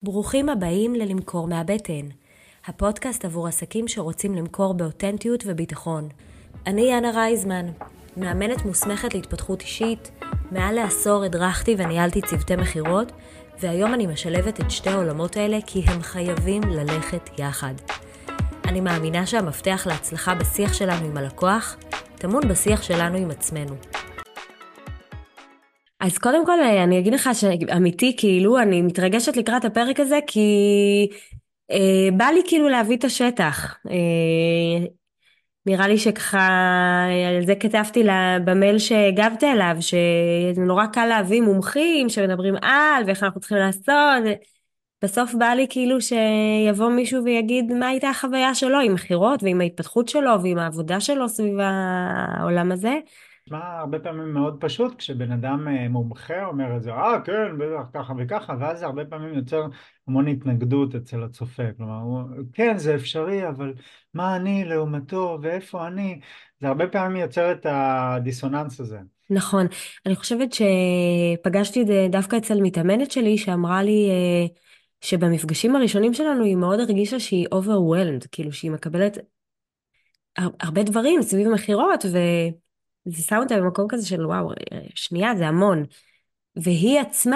ברוכים הבאים ללמכור מהבטן, הפודקאסט עבור עסקים שרוצים למכור באותנטיות וביטחון. אני יאנה רייזמן, מאמנת מוסמכת להתפתחות אישית, מעל לעשור הדרכתי וניהלתי צוותי מחירות, והיום אני משלבת את שתי העולמות האלה כי הם חייבים ללכת יחד. אני מאמינה שהמפתח להצלחה בשיח שלנו עם הלקוח, טמון בשיח שלנו עם עצמנו. אז קודם כל אני אגיד לך שאמיתי, כאילו אני מתרגשת לקראת הפרק הזה כי בא לי כאילו להביא את השטח. נראה לי שככה, על זה כתבתי במייל שהגבת אליו, שזה נורא קל להביא מומחים שמדברים על ואיך אנחנו צריכים לעשות. בסוף בא לי כאילו שיבוא מישהו ויגיד מה הייתה החוויה שלו עם מחירות ועם ההתפתחות שלו ועם העבודה שלו סביב העולם הזה. נשמע הרבה פעמים מאוד פשוט כשבן אדם מומחה אומר את זה, כן, בטח ככה וככה, ואז זה הרבה פעמים יוצר המון התנגדות אצל הצופה. כלומר, כן, זה אפשרי, אבל מה אני לעומתו ואיפה אני? זה הרבה פעמים יוצר את הדיסוננס הזה. נכון, אני חושבת שפגשתי את זה דווקא אצל מתאמנת שלי שאמרה לי שבמפגשים הראשונים שלנו היא מאוד הרגישה שהיא overwhelmed, כאילו שהיא מקבלת הרבה דברים סביב המחירות וזה שם אותה במקום כזה של וואו, שנייה זה המון. והיא עצמה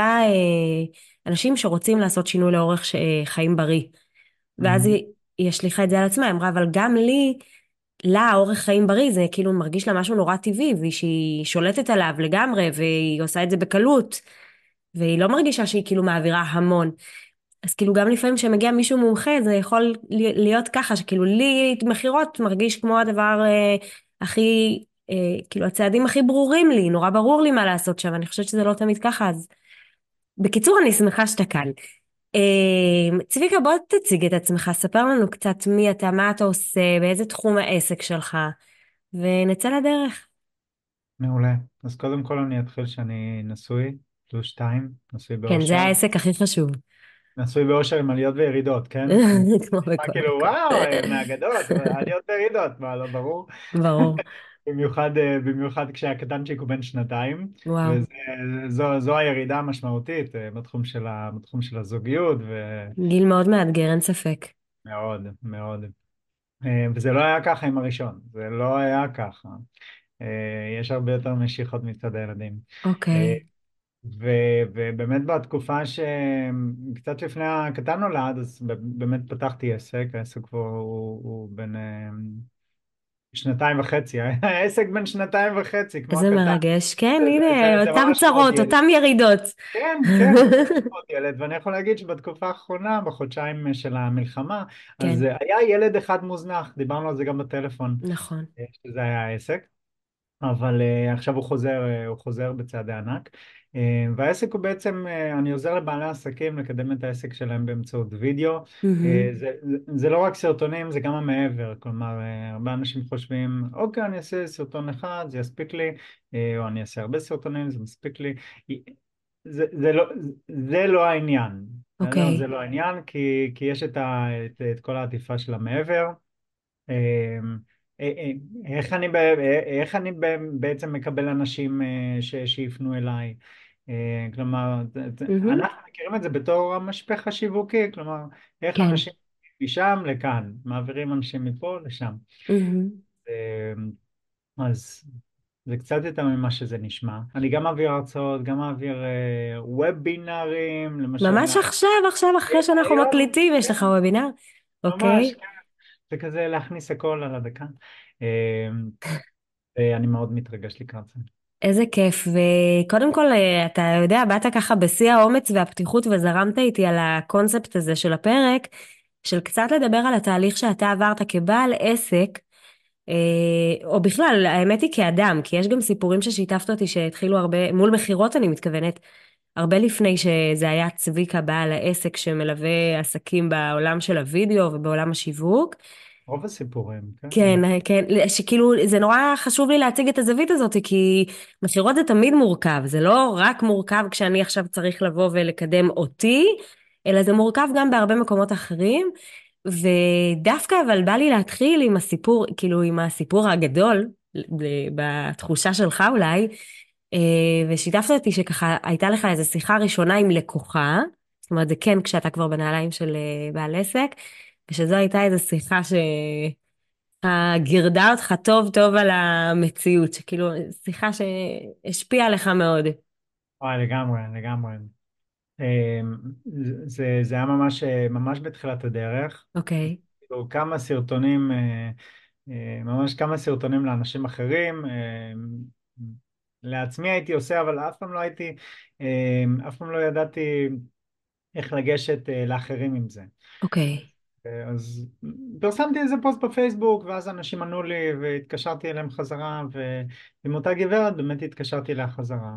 אנשים שרוצים לעשות שינוי לאורך חיים בריא. ואז מהמם. היא השליחה את זה על עצמה, היא אמרה אבל גם לי לה, אורח חיים בריא, זה כאילו מרגיש לה משהו נורא טבעי, ושהיא שולטת עליו לגמרי, והיא עושה את זה בקלות, והיא לא מרגישה שהיא כאילו מעבירה המון. אז כאילו גם לפעמים כשמגיע מישהו מומחה, זה יכול להיות ככה, שכאילו לי מחירות מרגיש כמו הדבר הכי, כאילו הצעדים הכי ברורים לי, נורא ברור לי מה לעשות שם, אני חושבת שזה לא תמיד ככה, אז בקיצור אני שמחה שאתה כאן. צביקה, בוא תציג את עצמך, ספר לנו קצת מי אתה, מה אתה עושה, באיזה תחום העסק שלך. ונצא לדרך. מעולה. אז קודם כל אני אתחיל שאני נשוי, פלוס שתיים, נשוי כן, זה באושר. העסק הכי חשוב. נשוי באושר עם עליות וירידות, כן? כמו נשמע בכל כאילו, מקום. וואו, מהאגדות, עליות וירידות, מה, לא ברור? ברור. במיוחד כשהקטנצ'יק הוא בן שנתיים, וואו. וזו הירידה המשמעותית בתחום של הזוגיות, גיל מאוד מאתגר, אין ספק. ומאוד, מאוד. וזה לא היה ככה עם הראשון, זה לא היה ככה. יש הרבה יותר משיכות מצד הילדים. אה, אוקיי. ובאמת בתקופה שקצת לפני הקטן נולד, אז באמת פתחתי עסק, העסק הוא בן שנתיים וחצי, העסק בן שנתיים וחצי, כמו איזה הקטן. מרגש. כן, הנה, זה אותם ממש כמו עוד צרות, ילד. אותם ירידות. כן, כן, זה ממש כמו עוד ילד, ואני יכול להגיד שבתקופה האחרונה, בחודשיים של המלחמה, אז כן, היה ילד אחד מוזנח, דיברנו על זה גם בטלפון, נכון. שזה היה העסק. אבל עכשיו הוא חוזר בצעדי ענק. והעסק הוא בעצם, אני עוזר לבעלי עסקים לקדם את העסק שלהם באמצעות וידאו. מהמם. זה לא רק סרטונים, זה גם המעבר. כלומר, הרבה אנשים חושבים, אוקיי, אני אעשה סרטון אחד, זה יספיק לי, או אני אעשה הרבה סרטונים, זה מספיק לי. זה לא העניין. בסדר? זה אוקיי. לא העניין, כי יש את כל העטיפה של המעבר. אמ, איך אני בעצם מקבל אנשים שיפנו אליי? כלומר, מהמם. אנחנו מכירים את זה בתור המשפך השיווקי, כלומר, איך כן. אנשים משם לכאן, מעבירים אנשים מפה לשם. מהמם. אמ, אז זה קצת יותר ממה שזה נשמע. אני גם מעביר הרצאות, גם מעביר וובינרים, למשל, ממש עכשיו, עכשיו, אחרי שאנחנו היום, מקליטים, יש לך כן, וובינר? ממש, אוקיי. כן. זה כזה להכניס הכל על הדקה. אמ, אני מאוד מתרגש לקראת זה. איזה כיף, וקודם כל אתה יודע, באת ככה בשיא האומץ והפתיחות וזרמת איתי על הקונספט הזה של הפרק, של קצת לדבר על התהליך שאתה עברת כבעל עסק, או בכלל, האמת היא כאדם, כי יש גם סיפורים ששיתפת אותי שהתחילו הרבה, מול מכירות אני מתכוונת, הרבה לפני שזה היה צביקה בעל העסק שמלווה עסקים בעולם של הוידאו ובעולם השיווק. רוב הסיפורים, כן. כן, כן, שכאילו זה נורא חשוב לי להציג את הזווית הזאת, כי מכירות זה תמיד מורכב, זה לא רק מורכב כשאני עכשיו צריך לבוא ולקדם אותי, אלא זה מורכב גם בהרבה מקומות אחרים, ודווקא אבל בא לי להתחיל עם הסיפור, כאילו עם הסיפור הגדול, בתחושה שלך אולי, ושיתפת אותי שככה הייתה לך איזו שיחה ראשונה עם לקוחה, זאת אומרת, זה כן כשאתה כבר בנעליים של בעל עסק, ושזו הייתה איזו שיחה שגירדה אותך טוב טוב על המציאות, שכאילו, שיחה שהשפיעה עליך מאוד. וואי, לגמרי, לגמרי. זה היה ממש, ממש בתחילת הדרך. אוקיי, כאילו, כמה סרטונים, ממש כמה סרטונים לאנשים אחרים. לעצמי הייתי עושה, אבל אף פעם לא ידעתי איך לגשת לאחרים עם זה. אוקיי. אז פרסמתי איזה פוסט בפייסבוק, ואז אנשים ענו לי והתקשרתי אליהם חזרה, ועם אותה גברת באמת התקשרתי אליה חזרה.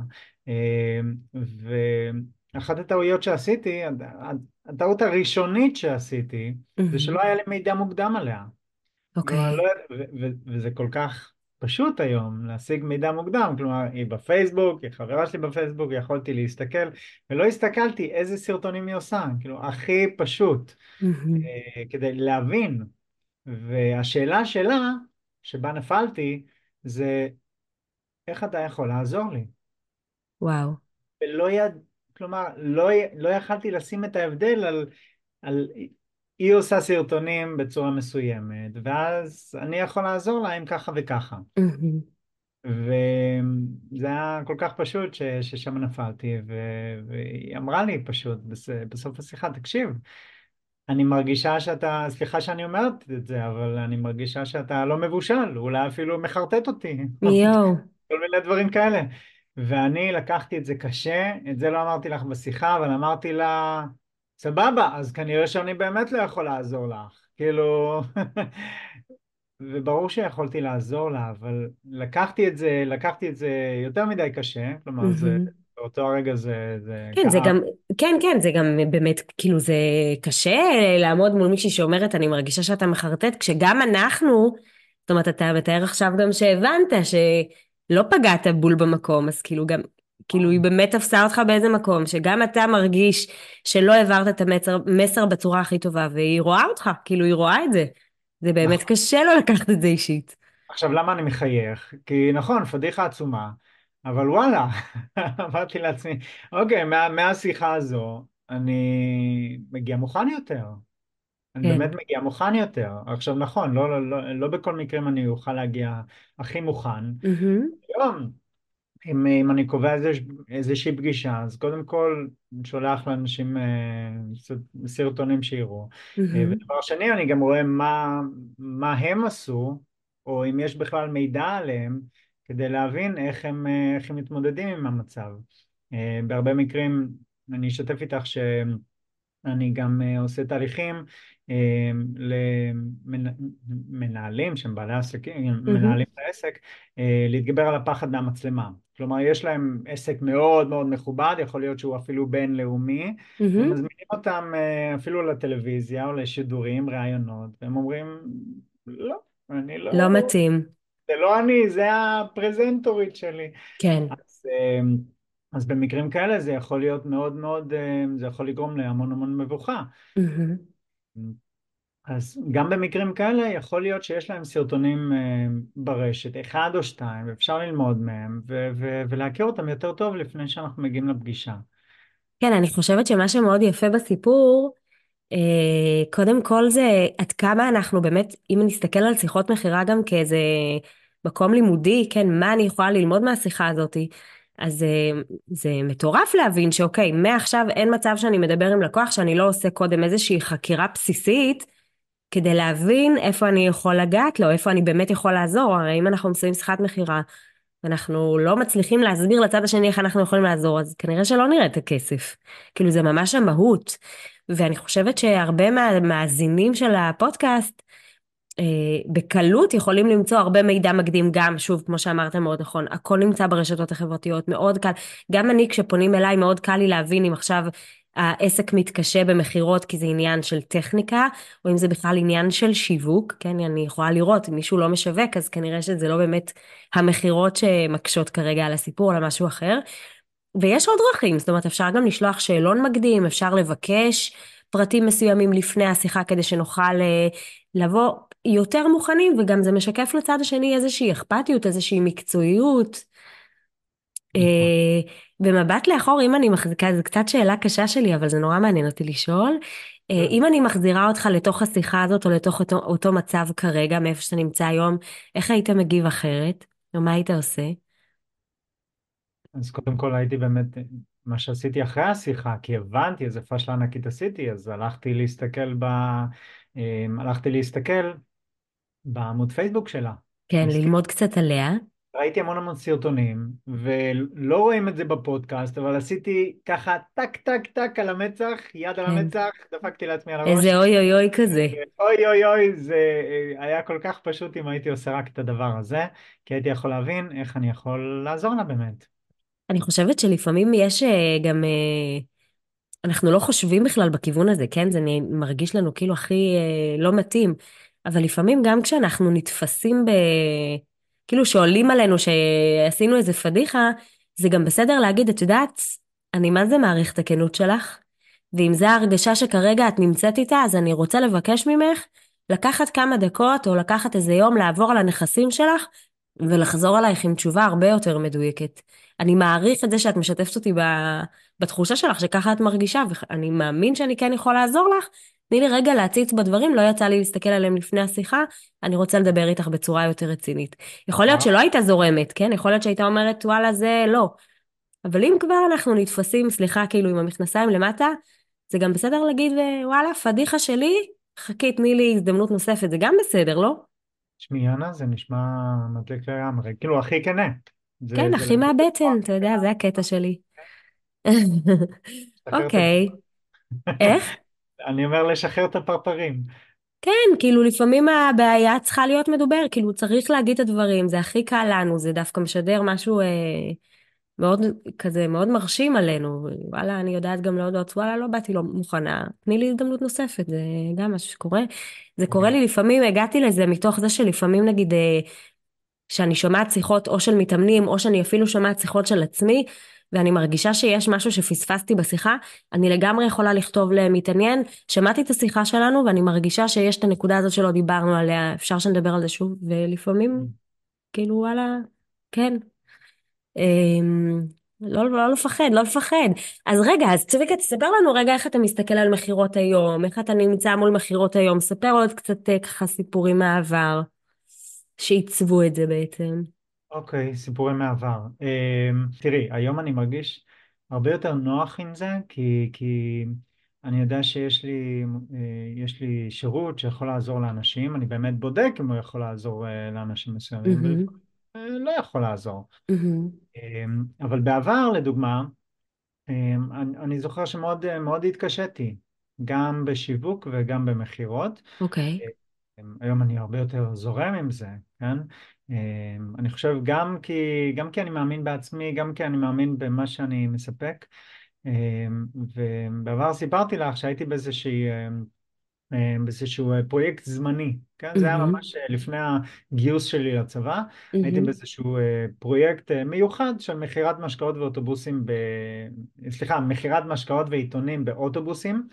ואחת הטעויות שעשיתי, הטעות הראשונית שעשיתי, זה מהמם. שלא היה לי מידע מוקדם עליה. כלומר, לא, אוקיי. וזה כל כך פשוט היום להשיג מידע מוקדם, כלומר, היא בפייסבוק, היא חברה שלי בפייסבוק, יכולתי להסתכל, ולא הסתכלתי איזה סרטונים היא עושה, כאילו, הכי פשוט. מהמם. כדי להבין. והשאלה שלה, שבה נפלתי, זה איך אתה יכול לעזור לי? וואו. ולא יד... כלומר, לא יכלתי לשים את ההבדל על היא עושה סרטונים בצורה מסוימת, ואז אני יכול לעזור לה עם ככה וככה. מהמם. וזה היה כל כך פשוט ששם נפלתי, והיא אמרה לי פשוט בסוף השיחה, תקשיב, אני מרגישה שאתה, סליחה שאני אומרת את זה, אבל אני מרגישה שאתה לא מבושל, אולי אפילו מחרטט אותי, יואו. כל מיני דברים כאלה. ואני לקחתי את זה קשה, את זה לא אמרתי לך בשיחה, אבל אמרתי לה, סבבה, אז כנראה שאני באמת לא יכול לעזור לך. כאילו, וברור שיכולתי לעזור לה, אבל לקחתי את זה יותר מדי קשה, כלומר, מהמם. באותו הרגע זה כן, זה כאב. גם, כן, כן, זה גם באמת, כאילו, זה קשה לעמוד מול מישהי שאומרת, אני מרגישה שאתה מחרטט, כשגם אנחנו, זאת אומרת, אתה מתאר עכשיו גם שהבנת שלא פגעת בול במקום, אז כאילו גם, כאילו, היא באמת תפסה אותך באיזה מקום, שגם אתה מרגיש שלא העברת את המסר בצורה הכי טובה, והיא רואה אותך, כאילו, היא רואה את זה. זה באמת נכון. קשה לא לקחת את זה אישית. עכשיו, למה אני מחייך? כי נכון, פדיחה עצומה, אבל וואלה, אמרתי לעצמי, אוקיי, מהשיחה הזו אני מגיע מוכן יותר. אני כן. באמת מגיע מוכן יותר. עכשיו, נכון, לא בכל מקרה אני אוכל להגיע הכי מוכן. מהמם. היום, אם אני קובע איזושהי פגישה, אז קודם כל אני שולח לאנשים סרטונים שיראו. מהמם. ודבר שני, אני גם רואה מה הם עשו, או אם יש בכלל מידע עליהם, כדי להבין איך הם מתמודדים עם המצב. בהרבה מקרים, אני אשתף איתך אני גם עושה תהליכים למנהלים שהם בעלי עסקים, מהמם. מנהלים בעסק, להתגבר על הפחד מהמצלמה. כלומר, יש להם עסק מאוד מאוד מכובד, יכול להיות שהוא אפילו בינלאומי, מהמם. ומזמינים אותם אפילו לטלוויזיה או לשידורים, ראיונות, והם אומרים, לא, אני לא לא, מתאים. זה לא אני, זה הפרזנטורית שלי. כן. אז, אז במקרים כאלה זה יכול להיות מאוד מאוד, זה יכול לגרום להמון המון מבוכה. מהמם. אז גם במקרים כאלה יכול להיות שיש להם סרטונים ברשת, אחד או שתיים, ואפשר ללמוד מהם ולהכיר אותם יותר טוב לפני שאנחנו מגיעים לפגישה. כן, אני חושבת שמה שמאוד יפה בסיפור, קודם כל זה עד כמה אנחנו באמת, אם נסתכל על שיחות מכירה גם כאיזה מקום לימודי, כן, מה אני יכולה ללמוד מהשיחה הזאת, אז זה מטורף להבין שאוקיי, מעכשיו אין מצב שאני מדבר עם לקוח שאני לא עושה קודם איזושהי חקירה בסיסית, כדי להבין איפה אני יכול לגעת לו, איפה אני באמת יכול לעזור, הרי אם אנחנו מסיימים שיחת מכירה, ואנחנו לא מצליחים להסביר לצד השני איך אנחנו יכולים לעזור, אז כנראה שלא נראה את הכסף. כאילו זה ממש המהות. ואני חושבת שהרבה מהמאזינים של הפודקאסט, בקלות יכולים למצוא הרבה מידע מקדים גם, שוב, כמו שאמרת מאוד נכון, הכל נמצא ברשתות החברתיות, מאוד קל. גם אני, כשפונים אליי, מאוד קל לי להבין אם עכשיו העסק מתקשה במכירות כי זה עניין של טכניקה, או אם זה בכלל עניין של שיווק, כן, אני יכולה לראות, אם מישהו לא משווק, אז כנראה שזה לא באמת המכירות שמקשות כרגע על הסיפור, אלא משהו אחר. ויש עוד דרכים, זאת אומרת, אפשר גם לשלוח שאלון מקדים, אפשר לבקש פרטים מסוימים לפני השיחה כדי שנוכל לבוא יותר מוכנים, וגם זה משקף לצד השני איזושהי אכפתיות, איזושהי מקצועיות. נכון. במבט לאחור, אם אני מחזיקה, זו קצת שאלה קשה שלי, אבל זה נורא מעניין אותי לשאול. אם אני מחזירה אותך לתוך השיחה הזאת, או לתוך אותו מצב כרגע, מאיפה שאתה נמצא היום, איך היית מגיב אחרת? או מה היית עושה? אז קודם כל הייתי באמת, מה שעשיתי אחרי השיחה, כי הבנתי איזה פשלה ענקית עשיתי, אז הלכתי להסתכל בעמוד פייסבוק שלה. כן, מסכן. ללמוד קצת עליה. ראיתי המון המון סרטונים, ולא רואים את זה בפודקאסט, אבל עשיתי ככה טק טק טק על המצח, יד על כן. המצח, דפקתי לעצמי על איזה הראש. אוי אוי אוי כזה. אוי אוי אוי, זה היה כל כך פשוט אם הייתי עושה רק את הדבר הזה, כי הייתי יכול להבין איך אני יכול לעזור לה באמת. אני חושבת שלפעמים יש גם אנחנו לא חושבים בכלל בכיוון הזה, כן? זה מרגיש לנו כאילו הכי לא מתאים. אבל לפעמים גם כשאנחנו נתפסים כאילו שעולים עלינו שעשינו איזה פדיחה, זה גם בסדר להגיד, את יודעת, אני מה זה מעריך את הכנות שלך, ואם זו ההרגשה שכרגע את נמצאת איתה, אז אני רוצה לבקש ממך לקחת כמה דקות או לקחת איזה יום לעבור על הנכסים שלך ולחזור אלייך עם תשובה הרבה יותר מדויקת. אני מעריך את זה שאת משתפת אותי בתחושה שלך שככה את מרגישה, ואני מאמין שאני כן יכול לעזור לך. תני לי רגע להציץ בדברים, לא יצא לי להסתכל עליהם לפני השיחה, אני רוצה לדבר איתך בצורה יותר רצינית. יכול להיות שלא וואו. היית זורמת, כן? יכול להיות שהיית אומרת, וואלה, זה לא. אבל אם כבר אנחנו נתפסים, סליחה, כאילו עם המכנסיים למטה, זה גם בסדר להגיד, וואלה, פדיחה שלי, חכי, תני לי הזדמנות נוספת, זה גם בסדר, לא? תשמעי, יאנה, זה נשמע מדליק לגמרי, כאילו הכי כנה. כן, זה הכי להגיד מהבטן, בצורה אתה יודע, כנה, זה הקטע שלי. לשחרר את אוקיי. הפרפרים. איך? אני אומר לשחרר את הפרפרים. כן, כאילו לפעמים הבעיה צריכה להיות מדובר, כאילו צריך להגיד את הדברים, זה הכי קל לנו, זה דווקא משדר משהו מאוד כזה, מאוד מרשים עלינו, וואלה, אני יודעת גם להודות, וואלה, לא באתי לא מוכנה, תני לי הזדמנות נוספת, זה גם משהו שקורה. זה קורה לגמרי. לי לפעמים, הגעתי לזה מתוך זה שלפעמים נגיד שאני שומעת שיחות או של מתאמנים, או שאני אפילו שומעת שיחות של עצמי, ואני מרגישה שיש משהו שפספסתי בשיחה, אני לגמרי יכולה לכתוב למתעניין, שמעתי את השיחה שלנו, ואני מרגישה שיש את הנקודה הזאת שלא דיברנו עליה, אפשר שנדבר על זה שוב, ולפעמים, כאילו, וואלה, כן. אמ, לא לפחד, לא לפחד. אז רגע, אז צביקה, תספר לנו רגע איך אתה מסתכל על מכירות היום, איך אתה נמצא מול מכירות היום, ספר עוד קצת ככה סיפורים מהעבר, שעיצבו את זה בעצם. אוקיי, סיפורי מעבר. תראי, היום אני מרגיש הרבה יותר נוח עם זה, כי אני יודע יש לי שירות שיכול לעזור לאנשים, אני באמת בודק אם הוא יכול לעזור לאנשים מסוימים, ולפעמים לא יכול לעזור. מהמם. אבל בעבר, לדוגמה, אני זוכר שמאוד מאוד התקשיתי, גם בשיווק וגם במכירות. אוקיי. היום אני הרבה יותר זורם עם זה, כן? אני חושב גם כי אני מאמין בעצמי, גם כי אני מאמין במה שאני מספק. ובעבר סיפרתי לך שהייתי באיזשהו פרויקט זמני, כן? זה היה מהמם. ממש לפני הגיוס שלי לצבא, הייתי מהמם. באיזשהו פרויקט מיוחד של מכירת משקאות ואוטובוסים, סליחה, מכירת משקאות ועיתונים באוטובוסים,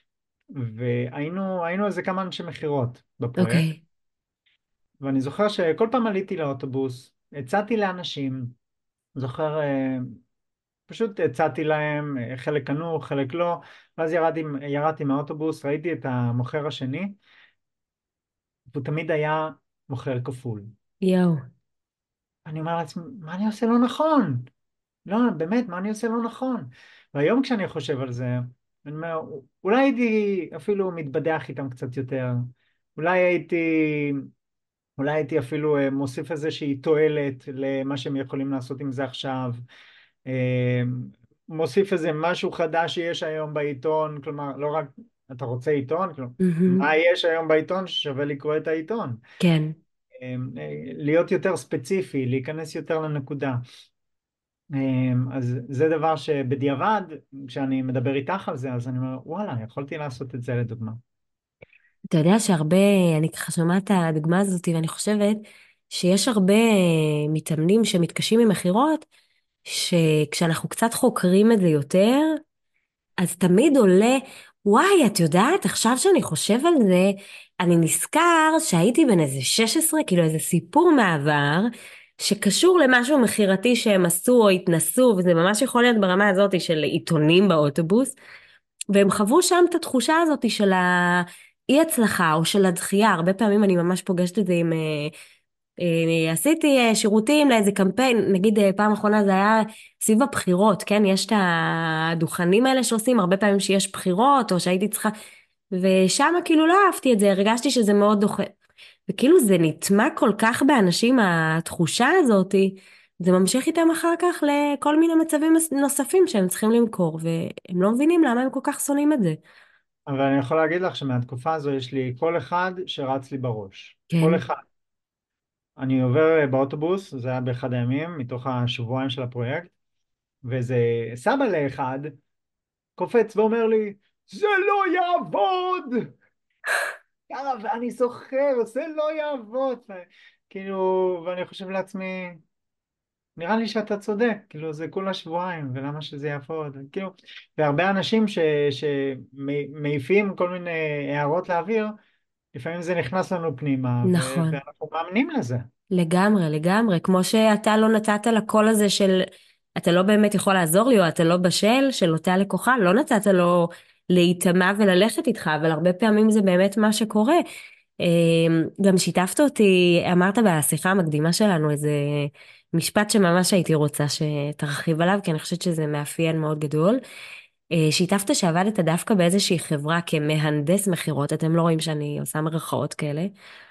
והיינו איזה כמה אנשי מכירות בפרויקט. אוקיי. ואני זוכר שכל פעם עליתי לאוטובוס, הצעתי לאנשים, זוכר, פשוט הצעתי להם, חלק קנו, חלק לא, ואז ירדתי מהאוטובוס, ראיתי את המוכר השני, והוא תמיד היה מוכר כפול. יואו. אני אומר לעצמי, מה אני עושה לא נכון? לא, באמת, מה אני עושה לא נכון? והיום כשאני חושב על זה, אני אומר, אולי הייתי אפילו מתבדח איתם קצת יותר, אולי הייתי אולי הייתי אפילו מוסיף איזושהי תועלת למה שהם יכולים לעשות עם זה עכשיו. אה, מוסיף איזה משהו חדש שיש היום בעיתון, כלומר, לא רק, אתה רוצה עיתון? כלומר, מהמם. מה יש היום בעיתון ששווה לקרוא את העיתון? כן. להיות יותר ספציפי, להיכנס יותר לנקודה. אז זה דבר שבדיעבד, כשאני מדבר איתך על זה, אז אני אומר, וואלה, יכולתי לעשות את זה לדוגמה. אתה יודע שהרבה, אני ככה שומעת את הדוגמה הזאת, ואני חושבת שיש הרבה מתאמנים שמתקשים עם מכירות, שכשאנחנו קצת חוקרים את זה יותר, אז תמיד עולה, וואי, את יודעת, עכשיו שאני חושב על זה, אני נזכר שהייתי בן איזה 16, כאילו איזה סיפור מהעבר, שקשור למשהו מכירתי שהם עשו או התנסו, וזה ממש יכול להיות ברמה הזאת של עיתונים באוטובוס, והם חוו שם את התחושה הזאת של האי הצלחה או של הדחייה. הרבה פעמים אני ממש פוגשת את זה עם עשיתי שירותים לאיזה קמפיין, נגיד פעם אחרונה זה היה סביב הבחירות, כן? יש את הדוכנים האלה שעושים הרבה פעמים שיש בחירות, או שהייתי צריכה, ושם כאילו לא אהבתי את זה, הרגשתי שזה מאוד דוחה. וכאילו זה נטמע כל כך באנשים, התחושה הזאתי, זה ממשיך איתם אחר כך לכל מיני מצבים נוספים שהם צריכים למכור, והם לא מבינים למה הם כל כך שונאים את זה. אבל אני יכול להגיד לך שמהתקופה הזו יש לי קול אחד שרץ לי בראש. כן. קול אחד. אני עובר באוטובוס, זה היה באחד הימים, מתוך השבועיים של הפרויקט, ואיזה סבא לאחד קופץ ואומר לי, זה לא יעבוד! יאללה, ואני זוכר, זה לא יעבוד. כאילו, ואני חושב לעצמי, נראה לי שאתה צודק, כאילו זה כולה שבועיים, ולמה שזה יעבוד, כאילו, והרבה אנשים שמעיפים כל מיני הערות לאוויר, לפעמים זה נכנס לנו פנימה, נכון. ואנחנו מאמינים לזה. לגמרי, לגמרי. כמו שאתה לא נתת לקול הזה של אתה לא באמת יכול לעזור לי, או אתה לא בשל, של אותה לקוחה, לא נתת לו להיטמע וללכת איתך, אבל הרבה פעמים זה באמת מה שקורה. גם שיתפת אותי, אמרת בשיחה המקדימה שלנו איזה משפט שממש הייתי רוצה שתרחיב עליו, כי אני חושבת שזה מאפיין מאוד גדול. שיתפת שעבדת דווקא באיזושהי חברה כמהנדס מכירות, אתם לא רואים שאני עושה מרכאות כאלה.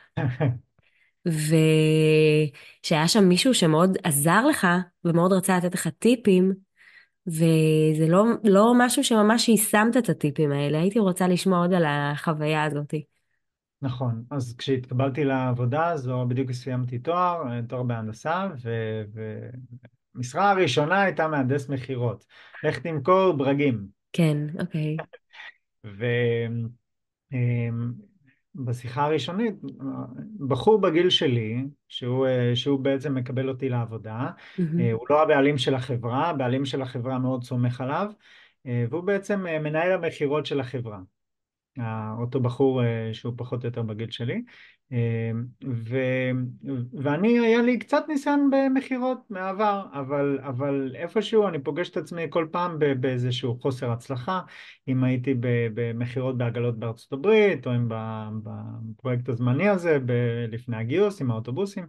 ושהיה שם מישהו שמאוד עזר לך ומאוד רצה לתת לך טיפים, וזה לא משהו שממש יישמת את הטיפים האלה. הייתי רוצה לשמוע עוד על החוויה הזאת. נכון, אז כשהתקבלתי לעבודה הזו, בדיוק סיימתי תואר, תואר בהנדסה, ומשרה הראשונה הייתה מהנדס מכירות. לך תמכור ברגים. כן, אוקיי. ובשיחה הראשונית, בחור בגיל שלי, שהוא בעצם מקבל אותי לעבודה, מהמם, הוא לא הבעלים של החברה, הבעלים של החברה מאוד סומך עליו, והוא בעצם מנהל המכירות של החברה. אותו בחור שהוא פחות או יותר בגיל שלי. ו, ואני, היה לי קצת ניסיון במכירות מהעבר, אבל איפשהו אני פוגש את עצמי כל פעם באיזשהו חוסר הצלחה, אם הייתי במכירות בעגלות בארצות הברית, או אם בפרויקט הזמני הזה, לפני הגיוס עם האוטובוסים,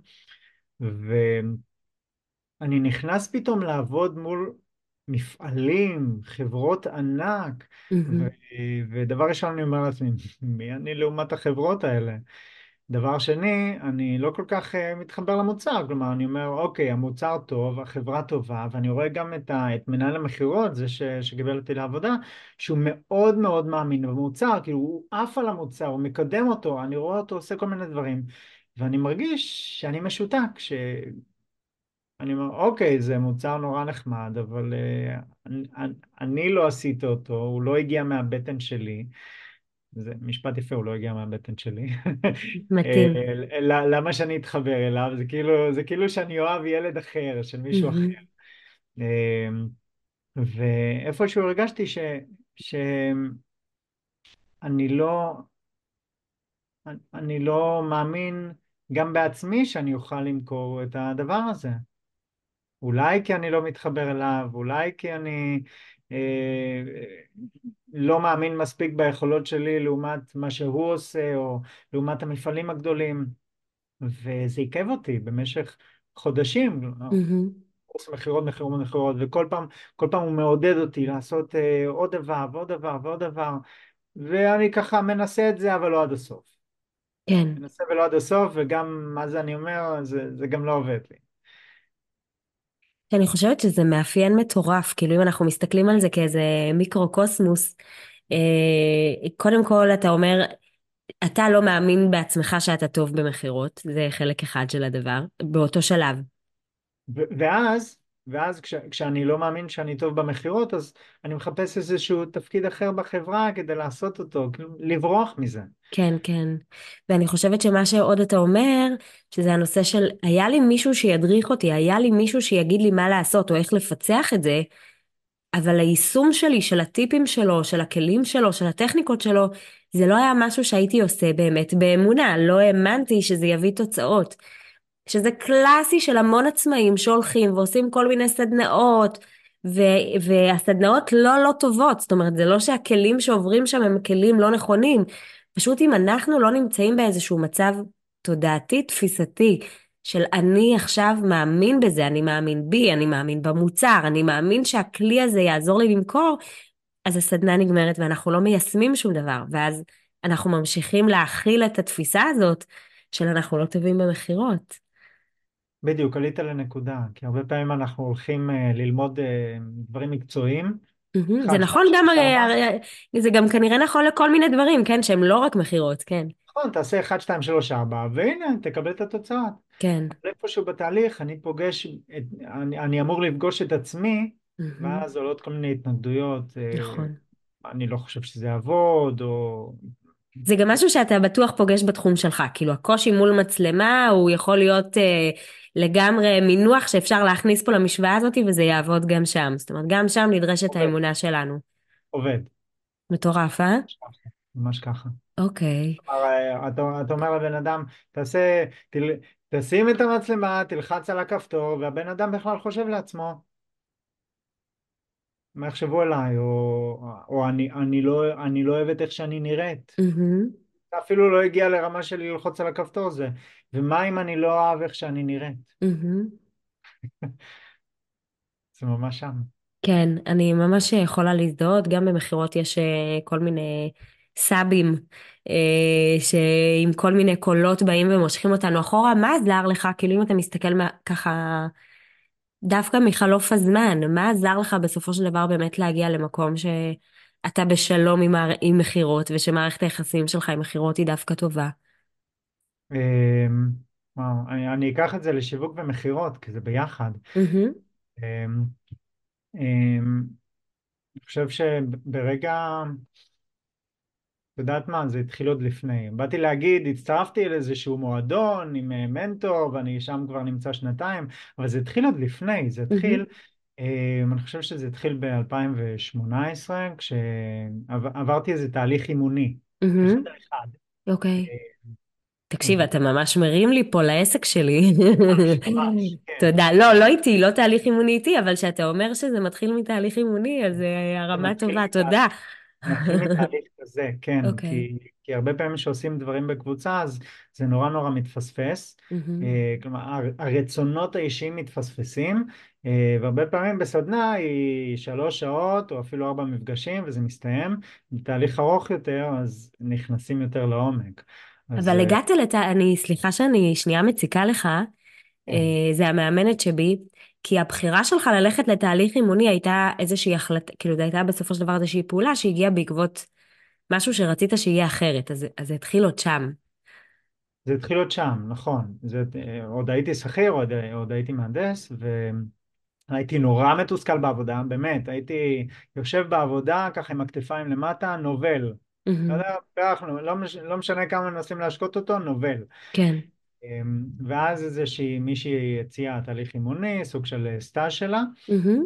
אני נכנס פתאום לעבוד מול מפעלים, חברות ענק, ו... מהמם, ודבר ראשון אני אומר לעצמי, מי אני לעומת החברות האלה? דבר שני, אני לא כל כך מתחבר למוצר, כלומר אני אומר, אוקיי, המוצר טוב, החברה טובה, ואני רואה גם את מנהל המכירות, זה שקיבל אותי לעבודה, שהוא מאוד מאוד מאמין במוצר, כאילו הוא עף על המוצר, הוא מקדם אותו, אני רואה אותו עושה כל מיני דברים, ואני מרגיש שאני משותק, אני אומר, אוקיי, זה מוצר נורא נחמד, אבל אני לא עשיתי אותו, הוא לא הגיע מהבטן שלי. זה משפט יפה, הוא לא הגיע מהבטן שלי. מתאים. למה שאני אתחבר אליו? זה כאילו שאני אוהב ילד אחר, של מישהו אחר. מהמם, אה, ואיפשהו הרגשתי שאני לא, אני לא מאמין גם בעצמי שאני אוכל למכור את הדבר הזה. אולי כי אני לא מתחבר אליו, אולי כי אני אה, לא מאמין מספיק ביכולות שלי לעומת מה שהוא עושה, או לעומת המפעלים הגדולים, וזה עיכב אותי במשך חודשים, מהמם. קורס מכירות, מכירות, מכירות, וכל פעם, כל פעם הוא מעודד אותי לעשות עוד דבר ועוד דבר ועוד דבר, ואני ככה מנסה את זה, אבל לא עד הסוף. כן. מנסה ולא עד הסוף, וגם מה זה אני אומר, זה גם לא עובד לי. אני חושבת שזה מאפיין מטורף, כאילו אם אנחנו מסתכלים על זה כאיזה מיקרוקוסמוס, קודם כל אתה אומר, אתה לא מאמין בעצמך שאתה טוב במכירות, זה חלק אחד של הדבר, באותו שלב. ואז כשאני לא מאמין שאני טוב במכירות, אז אני מחפש איזשהו תפקיד אחר בחברה כדי לעשות אותו, כאילו לברוח מזה. כן, כן. ואני חושבת שמה שעוד אתה אומר, שזה הנושא של, היה לי מישהו שידריך אותי, היה לי מישהו שיגיד לי מה לעשות או איך לפצח את זה, אבל היישום שלי, של הטיפים שלו, של הכלים שלו, של הטכניקות שלו, זה לא היה משהו שהייתי עושה באמת באמונה, לא האמנתי שזה יביא תוצאות. שזה קלאסי של המון עצמאים שהולכים ועושים כל מיני סדנאות, ו- והסדנאות לא טובות, זאת אומרת, זה לא שהכלים שעוברים שם הם כלים לא נכונים, פשוט אם אנחנו לא נמצאים באיזשהו מצב תודעתי, תפיסתי, של אני עכשיו מאמין בזה, אני מאמין בי, אני מאמין במוצר, אני מאמין שהכלי הזה יעזור לי למכור, אז הסדנה נגמרת ואנחנו לא מיישמים שום דבר, ואז אנחנו ממשיכים להכיל את התפיסה הזאת של אנחנו לא טובים במכירות. בדיוק, עלית לנקודה, כי הרבה פעמים אנחנו הולכים ללמוד דברים מקצועיים, זה 1, 2, נכון גם, 3, 4. זה גם כנראה נכון לכל מיני דברים, כן, שהם לא רק מכירות, כן. נכון, תעשה 1, 2, 3, 4, והנה, תקבל את התוצאה. כן. אבל איפשהו בתהליך אני פוגש, אני אמור לפגוש את עצמי, מהמם. ואז עולות כל מיני התנגדויות, נכון. אני לא חושב שזה יעבוד, או... זה גם משהו שאתה בטוח פוגש בתחום שלך, כאילו הקושי מול מצלמה הוא יכול להיות לגמרי מינוח שאפשר להכניס פה למשוואה הזאת וזה יעבוד גם שם, זאת אומרת גם שם נדרשת עובד, האמונה שלנו. עובד, מטורף, אה? ממש ככה. ממש ככה. אוקיי. כלומר, אתה אומר לבן אדם, תעשה, תשים את המצלמה, תלחץ על הכפתור, והבן אדם בכלל חושב לעצמו, מה יחשבו עליי, או אני לא אוהב את איך שאני נראית. מהמם. אפילו לא הגיע לרמה של ללחוץ על הכפתור הזה. ומה אם אני לא אוהב איך שאני נראית? מהמם. זה ממש שם. כן, אני ממש יכולה להזדהות, גם במכירות יש כל מיני סאבים שעם כל מיני קולות באים ומושכים אותנו אחורה, מה עזר לך? כאילו אם אתה מסתכל ככה דווקא מחלוף הזמן, מה עזר לך בסופו של דבר באמת להגיע למקום שאתה בשלום עם מכירות ושמערכת היחסים שלך עם מכירות היא דווקא טובה? אמ, וואו, אני אקח את זה לשיווק ומכירות, כי זה ביחד. מהמם. אמ, אמ, אני חושב שברגע, את יודעת מה, זה התחיל עוד לפני. באתי להגיד, הצטרפתי לאיזשהו מועדון עם מנטור, ואני שם כבר נמצא שנתיים, אבל זה התחיל עוד לפני, זה מהמם. התחיל, אני חושב שזה התחיל ב-2018, כשעברתי איזה תהליך אימוני, אחד מהמם. על אחד. אוקיי. אה, תקשיב, אתה ממש מרים לי פה לעסק שלי. ממש, ממש, כן. תודה. לא, לא איתי, לא תהליך אימוני איתי, אבל שאתה אומר שזה מתחיל מתהליך אימוני, אז זה הרמה מתחיל טובה, תודה. מתחיל מתהליך כזה, כן, אוקיי. כי הרבה פעמים שעושים דברים בקבוצה, אז זה נורא נורא מתפספס. מהמם. כלומר, הרצונות האישיים מתפספסים, והרבה פעמים בסדנה היא 3 שעות או אפילו 4 מפגשים, וזה מסתיים. בתהליך ארוך יותר, אז נכנסים יותר לעומק. אז אבל הגעת סליחה שאני שנייה מציקה לך, כן, זה המאמנת שבי, כי הבחירה שלך ללכת לתהליך אימוני הייתה איזושהי החלטה, כאילו זה הייתה בסופו של דבר איזושהי פעולה שהגיעה בעקבות משהו שרצית שיהיה אחרת, אז זה התחיל עוד שם. זה התחיל עוד שם, נכון. עוד הייתי שכיר, עוד הייתי מהנדס, הייתי נורא מתוסכל בעבודה, באמת, הייתי יושב בעבודה ככה עם הכתפיים למטה, נובל. לא מהמם. יודע, כך, לא משנה כמה מנסים להשקות אותו, נובל. כן. ואז איזושהי מישהי הציעה תהליך אימוני, סוג של סטאז' שלה, מהמם.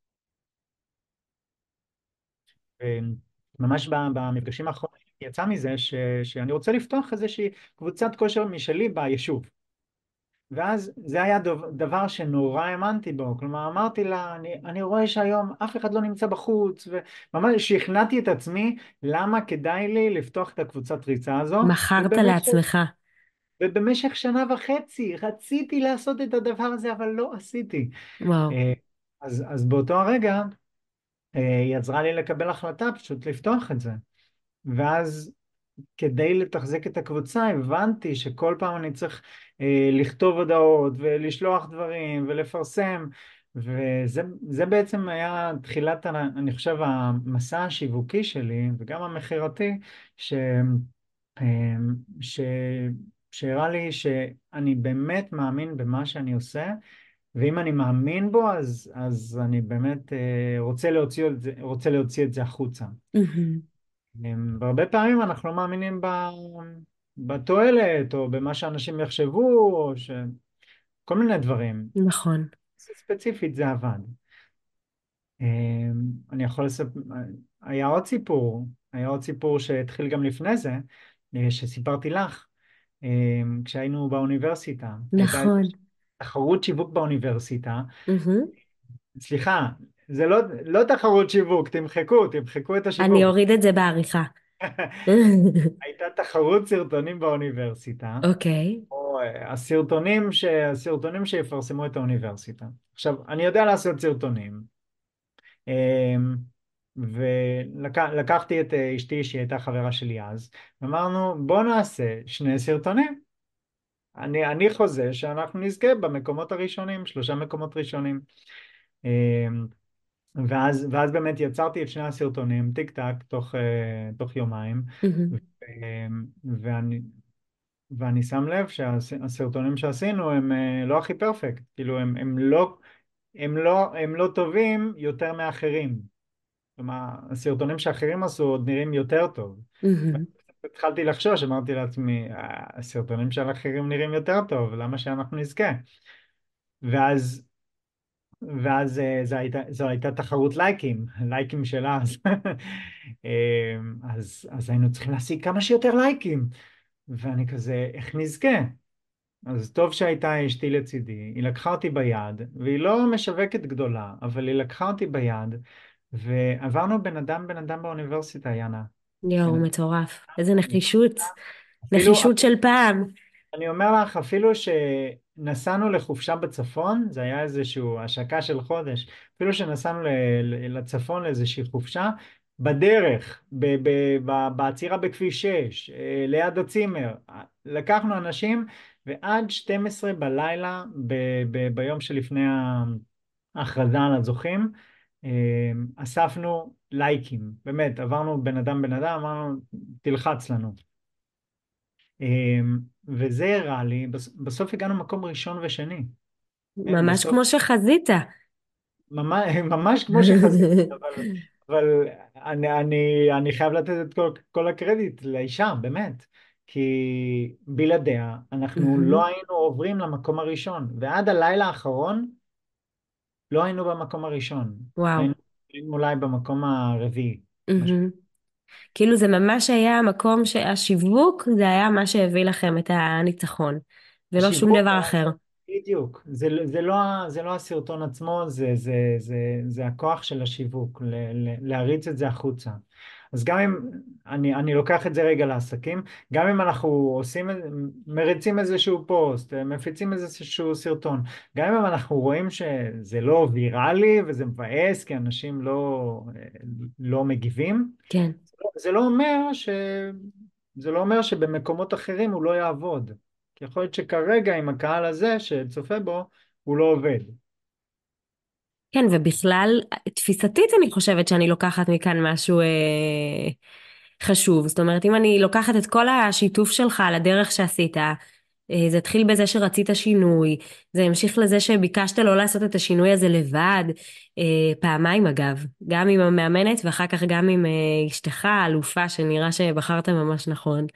וממש במפגשים האחרונים יצא מזה שאני רוצה לפתוח איזושהי קבוצת כושר משלי ביישוב. ואז זה היה דבר שנורא האמנתי בו, כלומר אמרתי לה, אני רואה שהיום אף אחד לא נמצא בחוץ, וממש שכנעתי את עצמי למה כדאי לי לפתוח את הקבוצת ריצה הזו, מכרת ובמשך, לעצמך. ובמשך 1.5 שנה רציתי לעשות את הדבר הזה, אבל לא עשיתי. וואו. אה, אז באותו הרגע היא עזרה לי לקבל החלטה פשוט לפתוח את זה. ואז כדי לתחזק את הקבוצה הבנתי שכל פעם אני צריך לכתוב הודעות ולשלוח דברים ולפרסם, וזה בעצם היה תחילת, אני חושב, המסע השיווקי שלי וגם המכירתי, ש, אה, ש, שהראה לי שאני באמת מאמין במה שאני עושה, ואם אני מאמין בו אז אני באמת רוצה להוציא את זה החוצה. מהמם. והרבה פעמים אנחנו לא מאמינים בתועלת, או במה שאנשים יחשבו, כל מיני דברים. נכון. ספציפית זה עבד. אני יכול לספר, היה עוד סיפור שהתחיל גם לפני זה, שסיפרתי לך. כשהיינו באוניברסיטה. הייתה איזו נכון. תחרות שיווק באוניברסיטה. מהמם. סליחה, זה לא תחרות שיווק, תמחקו את אני השיווק. אוריד את זה בעריכה. הייתה תחרות סרטונים באוניברסיטה, אוקיי. או הסרטונים שיפרסמו את האוניברסיטה. עכשיו, אני יודע לעשות סרטונים, ולקחתי את אשתי שהיא הייתה חברה שלי אז, אמרנו בוא נעשה שני סרטונים. אני חוזה שאנחנו נזכה במקומות הראשונים, 3 מקומות ראשונים. ואז באמת יצרתי את שני הסרטונים, טיק טק, תוך יומיים, מהמם. ו- ואני, ואני שם לב שהסרטונים שעשינו הם לא הכי פרפקט, כאילו הם לא טובים יותר מאחרים. כלומר, הסרטונים שאחרים עשו עוד נראים יותר טוב. מהמם. התחלתי לחשוש, אמרתי לעצמי, הסרטונים של אחרים נראים יותר טוב, למה שאנחנו נזכה? ואז, זו הייתה תחרות לייקים, לייקים של אז. אז היינו צריכים להשיג כמה שיותר לייקים. ואני כזה, איך נזכה? אז טוב שהייתה אשתי לצידי, היא לקחה אותי ביד, והיא לא משווקת גדולה, אבל היא לקחה אותי ביד, ועברנו בן אדם באוניברסיטה, יאנה. יואו, בן מטורף. איזה אדם, נחישות. אפילו, נחישות של פעם. אני אומר לך, אפילו שנסענו לחופשה בצפון, זה היה איזושהי השקה של חודש, אפילו שנסענו לצפון לאיזושהי חופשה, בדרך, בעצירה בכביש 6, ליד הצימר, לקחנו אנשים, ועד 12 בלילה, ביום שלפני ההכרזה על הזוכים, אספנו לייקים, באמת, עברנו בן אדם, אמרנו, תלחץ לנו. וזה הראה לי, בסוף הגענו מקום ראשון ושני. כן, ממש בסוף, כמו שחזית. ממש כמו שחזיתי, אבל אני חייב לתת את כל הקרדיט לאישה, באמת. כי בלעדיה אנחנו מהמם. לא היינו עוברים למקום הראשון, ועד הלילה האחרון לא היינו במקום הראשון. וואו. היינו אולי במקום הרביעי, משהו. מהמם. כאילו זה ממש היה המקום שהשיווק זה היה מה שהביא לכם את הניצחון, ולא שום השיווק דבר היה, אחר. בדיוק, זה לא הסרטון עצמו, זה הכוח של השיווק, להריץ את זה החוצה. אז גם אם, אני לוקח את זה רגע לעסקים, גם אם אנחנו מריצים איזשהו פוסט, מפיצים איזשהו סרטון, גם אם אנחנו רואים שזה לא ויראלי וזה מבאס כי אנשים לא מגיבים, כן. זה לא אומר זה לא אומר שבמקומות אחרים הוא לא יעבוד. כי יכול להיות שכרגע עם הקהל הזה שצופה בו, הוא לא עובד. כן, ובכלל, תפיסתית אני חושבת שאני לוקחת מכאן משהו חשוב. זאת אומרת, אם אני לוקחת את כל השיתוף שלך על הדרך שעשית, זה התחיל בזה שרצית שינוי, זה המשיך לזה שביקשת לא לעשות את השינוי הזה לבד, פעמיים אגב, גם עם המאמנת ואחר כך גם עם אשתך האלופה, שנראה שבחרת ממש נכון.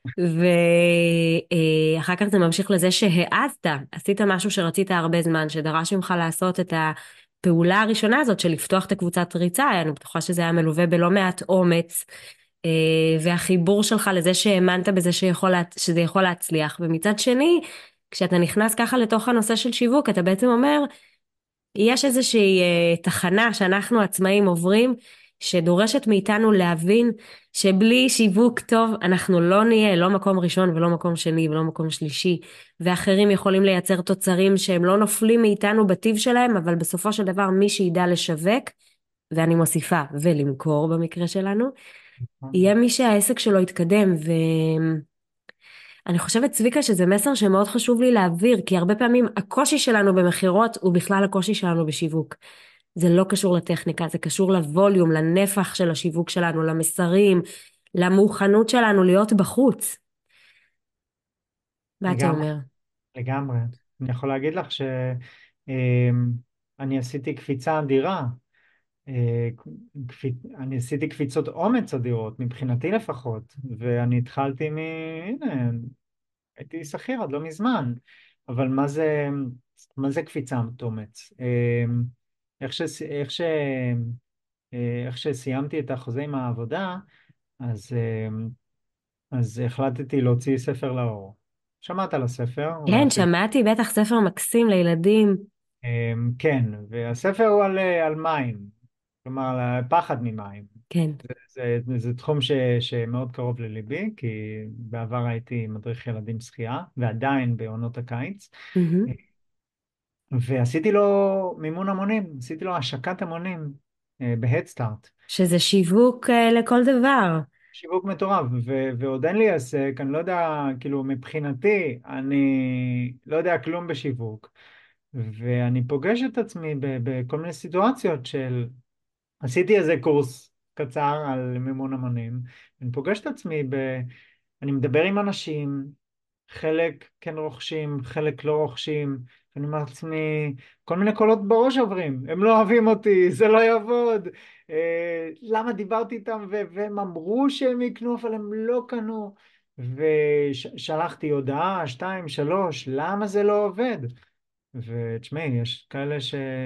ואחר כך זה ממשיך לזה שהעזת, עשית משהו שרצית הרבה זמן, שדרש ממך לעשות את הפעולה הראשונה הזאת של לפתוח את הקבוצת ריצה, אני בטוחה שזה היה מלווה בלא מעט אומץ, והחיבור שלך לזה שהאמנת בזה שזה יכול להצליח. ומצד שני, כשאתה נכנס ככה לתוך הנושא של שיווק, אתה בעצם אומר, יש איזושהי תחנה שאנחנו עצמאים עוברים, שדורשת מאיתנו להבין שבלי שיווק טוב אנחנו לא נהיה לא מקום ראשון ולא מקום שני ולא מקום שלישי, ואחרים יכולים לייצר תוצרים שהם לא נופלים מאיתנו בטיב שלהם, אבל בסופו של דבר מי שידע לשווק, ואני מוסיפה ולמכור במקרה שלנו, יהיה מי שהעסק שלו יתקדם. אני חושבת, צביקה, שזה מסר שמאוד חשוב לי להעביר, כי הרבה פעמים הקושי שלנו במכירות הוא בכלל הקושי שלנו בשיווק. זה לא קשור לטכניקה, זה קשור לווליום, לנפח של השיווק שלנו, למסרים, למוכנות שלנו להיות בחוץ. מה אתה לגמרי, אומר? לגמרי. אני יכול להגיד לך שאני עשיתי קפיצה אדירה. אה, אני עשיתי קפיצות אומץ אדירות, מבחינתי לפחות. ואני התחלתי הנה, הייתי שכיר עד לא מזמן. אבל מה זה קפיצת אומץ? איך ש... איך ש... איך שסיימתי את החוזה עם העבודה, אז, אז החלטתי להוציא ספר לאור. שמעת על הספר, אולי כן, אפילו. שמעתי, בטח ספר מקסים לילדים. כן, והספר הוא על מים, כלומר, על פחד ממים. כן. זה תחום שמאוד קרוב לליבי, כי בעבר הייתי מדריך ילדים שחייה, ועדיין בעונות הקיץ, מהמם. ועשיתי לו מימון המונים, עשיתי לו השקת המונים בהדסטארט. שזה שיווק לכל דבר. שיווק מטורף, ועוד אין לי עסק, אני לא יודע, כאילו מבחינתי, אני לא יודע כלום בשיווק, ואני פוגש את עצמי בכל מיני סיטואציות של, עשיתי איזה קורס קצר על מימון המונים, אני פוגש את עצמי אני מדבר עם אנשים, חלק כן רוכשים, חלק לא רוכשים, ואני אומר לעצמי, כל מיני קולות בראש עוברים, הם לא אוהבים אותי, זה לא יעבוד, למה דיברתי איתם והם אמרו שהם יקנו, אבל הם לא קנו, ושלחתי הודעה, שתיים, שלוש, למה זה לא עובד? ותשמעי, יש כאלה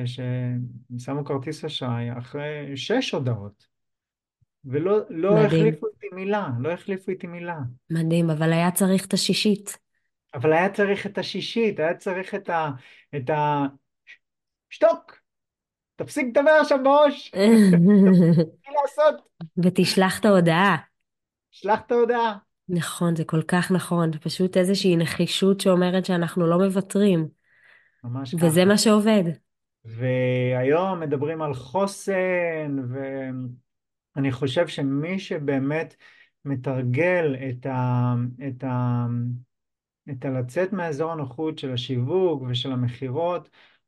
ששמו כרטיס אשראי אחרי 6 הודעות, ולא לא מדהים. החליפו איתי מילה, לא החליפו איתי מילה. מדהים, אבל היה צריך את השישית. אבל היה צריך את השישית, היה צריך את ה... שתוק, תפסיק לדבר עכשיו בראש, תפסיק לעשות, ותשלח את ההודעה. שלח את ההודעה, נכון, זה כל כך נכון. זה פשוט איזושהי נחישות שאומרת שאנחנו לא מוותרים. ממש וזה ככה. מה שעובד. והיום מדברים על חוסן, ואני חושב שמי שבאמת מתרגל את ה... את הלצאת מאזור הנוחות של השיווק ושל המכירות,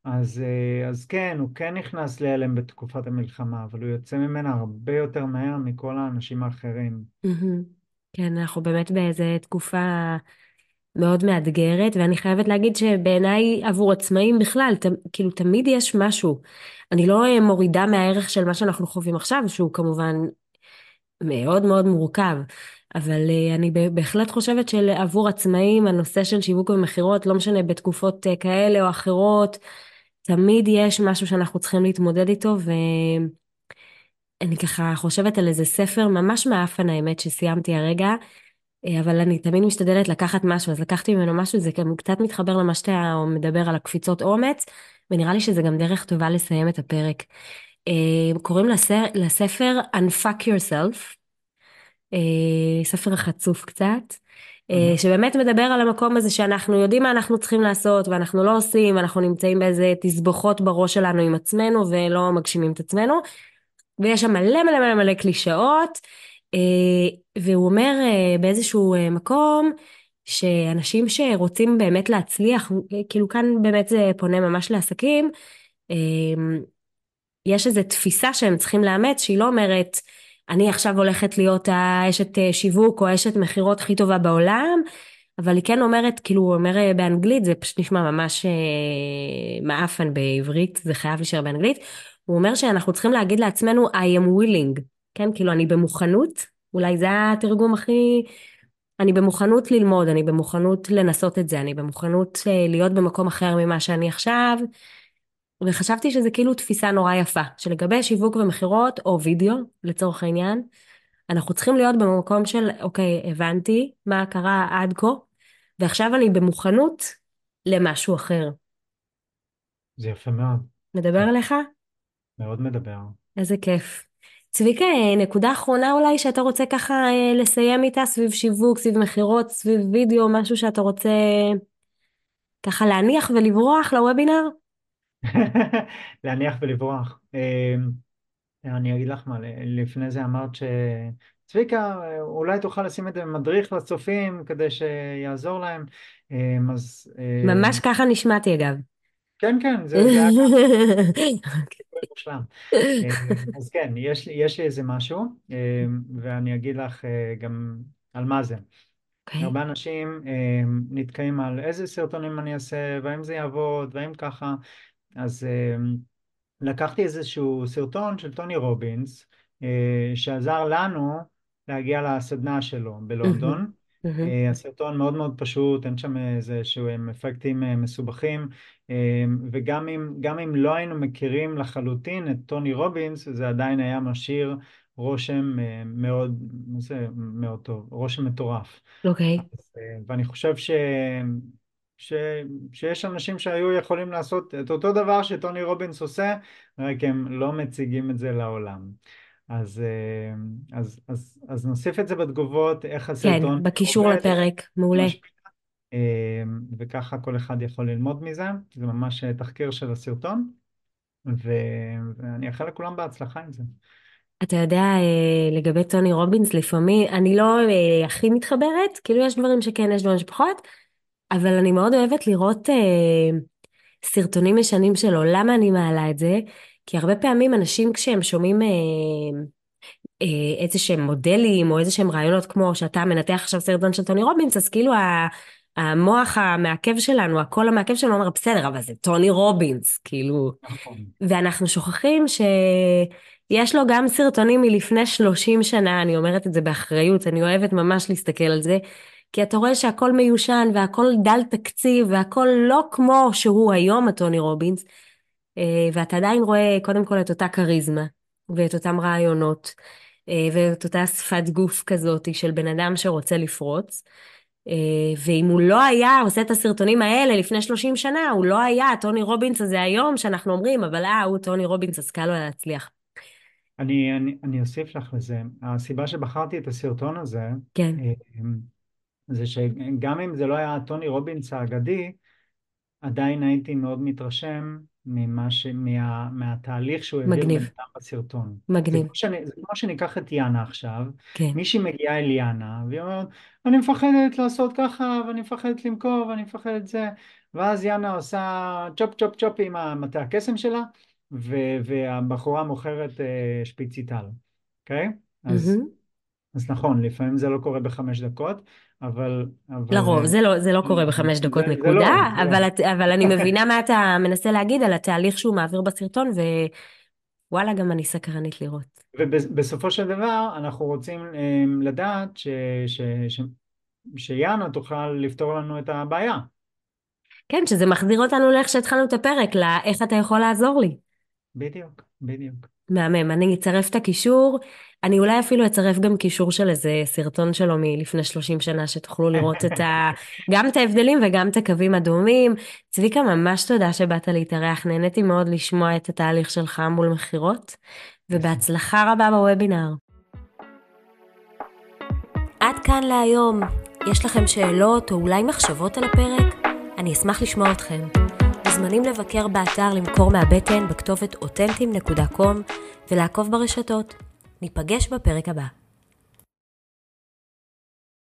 אז כן, הוא כן נכנס להלם בתקופת המלחמה, אבל הוא יוצא ממנה הרבה יותר מהר מכל האנשים האחרים. מהמם. כן, אנחנו באמת באיזו תקופה מאוד מאתגרת, ואני חייבת להגיד שבעיניי עבור עצמאים בכלל, כאילו תמיד יש משהו. אני לא מורידה מהערך של מה שאנחנו חווים עכשיו, שהוא כמובן מאוד מאוד מורכב, אבל אני בהחלט חושבת שעבור עצמאים הנושא של שיווק ומכירות, לא משנה בתקופות כאלה או אחרות, תמיד יש משהו שאנחנו צריכים להתמודד איתו, ואני ככה חושבת על איזה ספר ממש מאפן האמת שסיימתי הרגע, אבל אני תמיד משתדלת לקחת משהו, אז לקחתי ממנו משהו, זה גם קצת מתחבר למה שאתה מדבר על הקפיצות אומץ, ונראה לי שזה גם דרך טובה לסיים את הפרק. קוראים לספר Unfuck Yourself, ספר חצוף קצת, מהמם. שבאמת מדבר על המקום הזה שאנחנו יודעים מה אנחנו צריכים לעשות ואנחנו לא עושים, אנחנו נמצאים באיזה תסבוכות בראש שלנו עם עצמנו ולא מגשימים את עצמנו, ויש שם מלא מלא מלא מלא קלישאות, אה, והוא אומר באיזשהו מקום שאנשים שרוצים באמת להצליח, כאילו כאן באמת זה פונה ממש לעסקים, אה, יש איזו תפיסה שהם צריכים לאמץ, שהיא לא אומרת, אני עכשיו הולכת להיות האשת שיווק או האשת מכירות הכי טובה בעולם, אבל היא כן אומרת, כאילו הוא אומר באנגלית, זה פשוט נשמע ממש מעפן בעברית, זה חייב להישאר באנגלית, הוא אומר שאנחנו צריכים להגיד לעצמנו, I am willing, כן, כאילו אני במוכנות, אולי זה התרגום הכי, אני במוכנות ללמוד, אני במוכנות לנסות את זה, אני במוכנות להיות במקום אחר ממה שאני עכשיו, וחשבתי שזה כאילו תפיסה נורא יפה, שלגבי שיווק ומכירות, או וידאו, לצורך העניין, אנחנו צריכים להיות במקום של, אוקיי, הבנתי מה קרה עד כה, ועכשיו אני במוכנות למשהו אחר. זה יפה מאוד, מדבר זה אליך? מאוד מדבר. איזה כיף. צביקה, נקודה אחרונה אולי שאתה רוצה ככה לסיים איתה, סביב שיווק, סביב מכירות, סביב וידאו, משהו שאתה רוצה ככה להניח ולברוח לוובינר? להניח ולברוח. אני אגיד לך מה, לפני זה אמרת צביקה, אולי תוכל לשים את זה במדריך לצופים כדי שיעזור להם. אז ממש ככה נשמעתי אגב. כן, כן, זה היה ככה מושלם. אה, אז כן, יש לי איזה משהו, ואני אגיד לך גם על מה זה. אוקיי. הרבה אנשים נתקעים על איזה סרטונים אני אעשה, והאם זה יעבוד, והאם ככה. אז לקחתי איזשהו סרטון של טוני רובינס, שעזר לנו להגיע לסדנה שלו מהמם, בלונדון. מהמם, הסרטון מאוד מאוד פשוט, אין שם איזה שהם אפקטים מסובכים, וגם אם לא היינו מכירים לחלוטין את טוני רובינס, זה עדיין היה משאיר רושם מאוד, מה זה מאוד טוב, רושם מטורף. אוקיי. אז, ואני חושב ש, שיש אנשים שהיו יכולים לעשות את אותו דבר שטוני רובינס עושה, רק הם לא מציגים את זה לעולם. אז נוסיף את זה בתגובות, איך כן, הסרטון בקישור עובד, איך לפרק, הוא מעולה. משפיע, וככה כל אחד יכול ללמוד מזה. זה ממש תחקיר של הסרטון, ואני אאחל לכולם בהצלחה עם זה. אתה יודע, לגבי טוני רובינס, לפעמים, אני לא הכי מתחברת, כאילו יש דברים שכן, יש דברים שפחות, אבל אני מאוד אוהבת לראות סרטונים ישנים שלו. למה אני מעלה את זה? כי הרבה פעמים אנשים כשהם שומעים איזה שהם מודלים או איזה שהם רעיונות, כמו שאתה מנתח עכשיו סרטון של טוני רובינס, אז כאילו המוח המעכב שלנו, הקול המעכב שלנו אומר, בסדר, אבל זה טוני רובינס, כאילו. נכון. ואנחנו שוכחים שיש לו גם סרטונים מלפני 30 שנה, אני אומרת את זה באחריות, אני אוהבת ממש להסתכל על זה, כי אתה רואה שהכל מיושן והכל דל תקציב והכל לא כמו שהוא היום, הטוני רובינס, ואתה עדיין רואה קודם כל את אותה כריזמה ואת אותם רעיונות ואת אותה שפת גוף כזאת של בן אדם שרוצה לפרוץ. ואם הוא לא היה עושה את הסרטונים האלה לפני 30 שנה, הוא לא היה טוני רובינס הזה היום שאנחנו אומרים, אבל הוא טוני רובינס, אז קל לו להצליח. אני אוסיף לך לזה. הסיבה שבחרתי את הסרטון הזה, כן, אה, זה שגם אם זה לא היה טוני רובינס האגדי, עדיין הייתי מאוד מתרשם מהתהליך שהוא העביר בן מגניב, אדם בסרטון. מגניב. זה כמו שניקח את יאנה עכשיו, כן. מישהי מגיעה אל יאנה, והיא אומרת, אני מפחדת לעשות ככה, ואני מפחדת למכור, ואני מפחדת זה, ואז יאנה עושה צ'ופ צ'ופ צ'ופ עם מטה הקסם שלה, והבחורה מוכרת שפיציטל, אוקיי? מהמם. אז נכון, לפעמים זה לא קורה ב5 דקות, אבל לרוב, זה לא קורה ב5 דקות זה נקודה, לא, זה לא. אבל אני מבינה מה אתה מנסה להגיד על התהליך שהוא מעביר בסרטון, ווואלה, גם אני סקרנית לראות. ובסופו של דבר אנחנו רוצים לדעת ש, ש, שיאנה תוכל לפתור לנו את הבעיה. כן, שזה מחזיר אותנו לאיך שהתחלנו את הפרק, לאיך אתה יכול לעזור לי. בדיוק, בדיוק. מהמם, אני אצרף את הקישור, אני אולי אפילו אצרף גם קישור של איזה סרטון שלו מלפני 30 שנה, שתוכלו לראות גם את ההבדלים וגם את הקווים הדומים. צביקה, ממש תודה שבאת להתארח, נהניתי מאוד לשמוע את התהליך שלך מול מכירות, בשמחה. ובהצלחה רבה בוובינר. עד כאן להיום. יש לכם שאלות או אולי מחשבות על הפרק? אני אשמח לשמוע אתכם. מוזמנים לבקר באתר למכור מהבטן בכתובת authentim.com ולעקוב ברשתות. ניפגש בפרק הבא.